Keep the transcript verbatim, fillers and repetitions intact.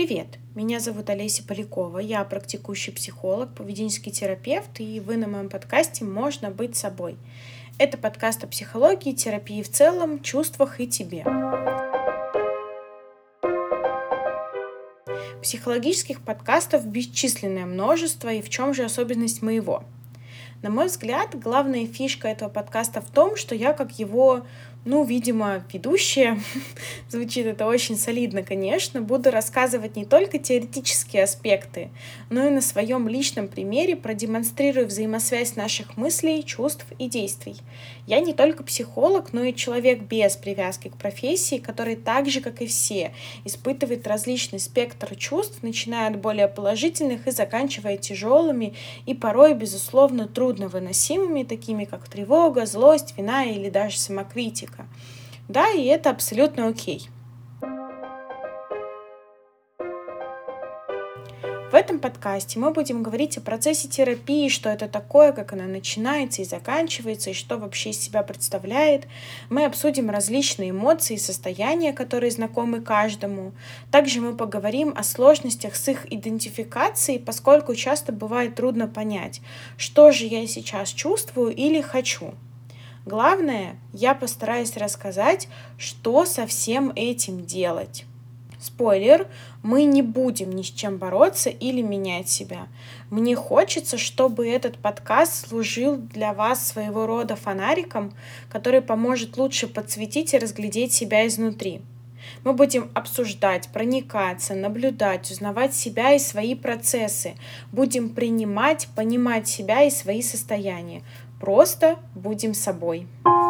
Привет, меня зовут Олеся Полякова, я практикующий психолог, поведенческий терапевт, и вы на моем подкасте «Можно быть собой». Это подкаст о психологии, терапии в целом, чувствах и тебе. Психологических подкастов бесчисленное множество, и в чем же особенность моего? На мой взгляд, главная фишка этого подкаста в том, что я как его, ну, видимо, ведущая, звучит это очень солидно, конечно, буду рассказывать не только теоретические аспекты, но и на своем личном примере продемонстрирую взаимосвязь наших мыслей, чувств и действий. Я не только психолог, но и человек без привязки к профессии, который так же, как и все, испытывает различный спектр чувств, начиная от более положительных и заканчивая тяжелыми и порой, безусловно, трудновыносимыми, такими как тревога, злость, вина или даже самокритика. Да, и это абсолютно окей. В этом подкасте мы будем говорить о процессе терапии, что это такое, как она начинается и заканчивается, и что вообще из себя представляет. Мы обсудим различные эмоции и состояния, которые знакомы каждому. Также мы поговорим о сложностях с их идентификацией, поскольку часто бывает трудно понять, что же я сейчас чувствую или хочу. Главное, я постараюсь рассказать, что со всем этим делать. Спойлер, мы не будем ни с чем бороться или менять себя. Мне хочется, чтобы этот подкаст служил для вас своего рода фонариком, который поможет лучше подсветить и разглядеть себя изнутри. Мы будем обсуждать, проникаться, наблюдать, узнавать себя и свои процессы. Будем принимать, понимать себя и свои состояния. Просто будем собой.